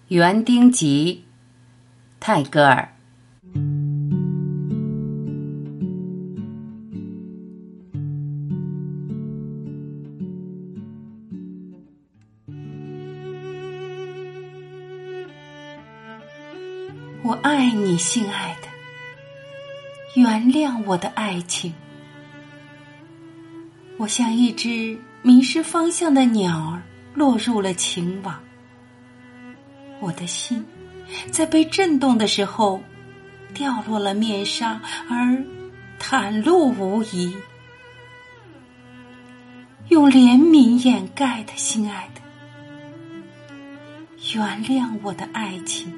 园丁集，泰戈尔。我爱你，心爱的，原谅我的爱情。我像一只迷失方向的鸟儿，落入了情网。我的心在被震动的时候掉落了面纱，而袒露无遗。用怜悯掩盖的，心爱的，原谅我的爱情。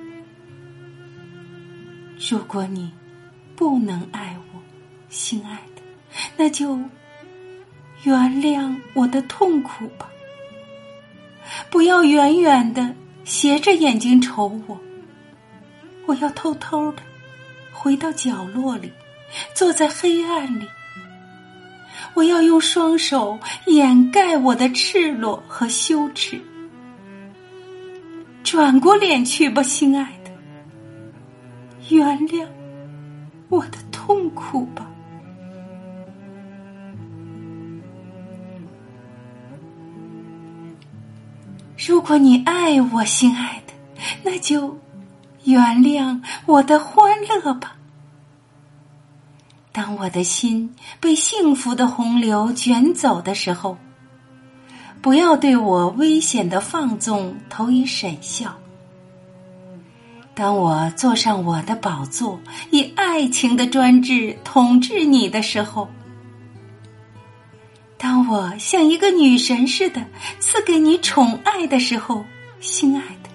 如果你不能爱我，心爱的，那就原谅我的痛苦吧。不要远远地斜着眼睛瞅我，我要偷偷地回到角落里，坐在黑暗里。我要用双手掩盖我的赤裸和羞耻。转过脸去吧，心爱的，原谅我的痛苦吧。如果你爱我，心爱的，那就原谅我的欢乐吧。当我的心被幸福的洪流卷走的时候，不要对我危险的放纵投以审笑。当我坐上我的宝座，以爱情的专制统治你的时候，当我像一个女神似的赐给你宠爱的时候，心爱的，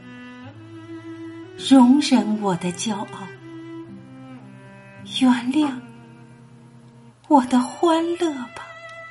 容忍我的骄傲，原谅我的欢乐吧。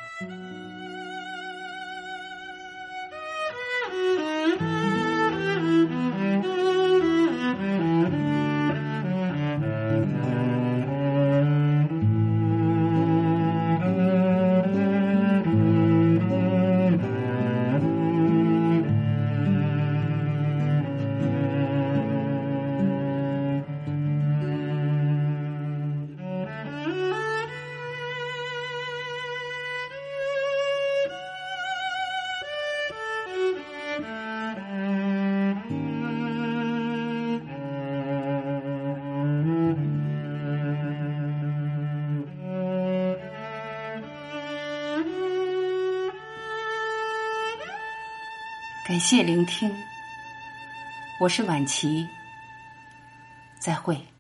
感谢聆听，我是婉琪，再会。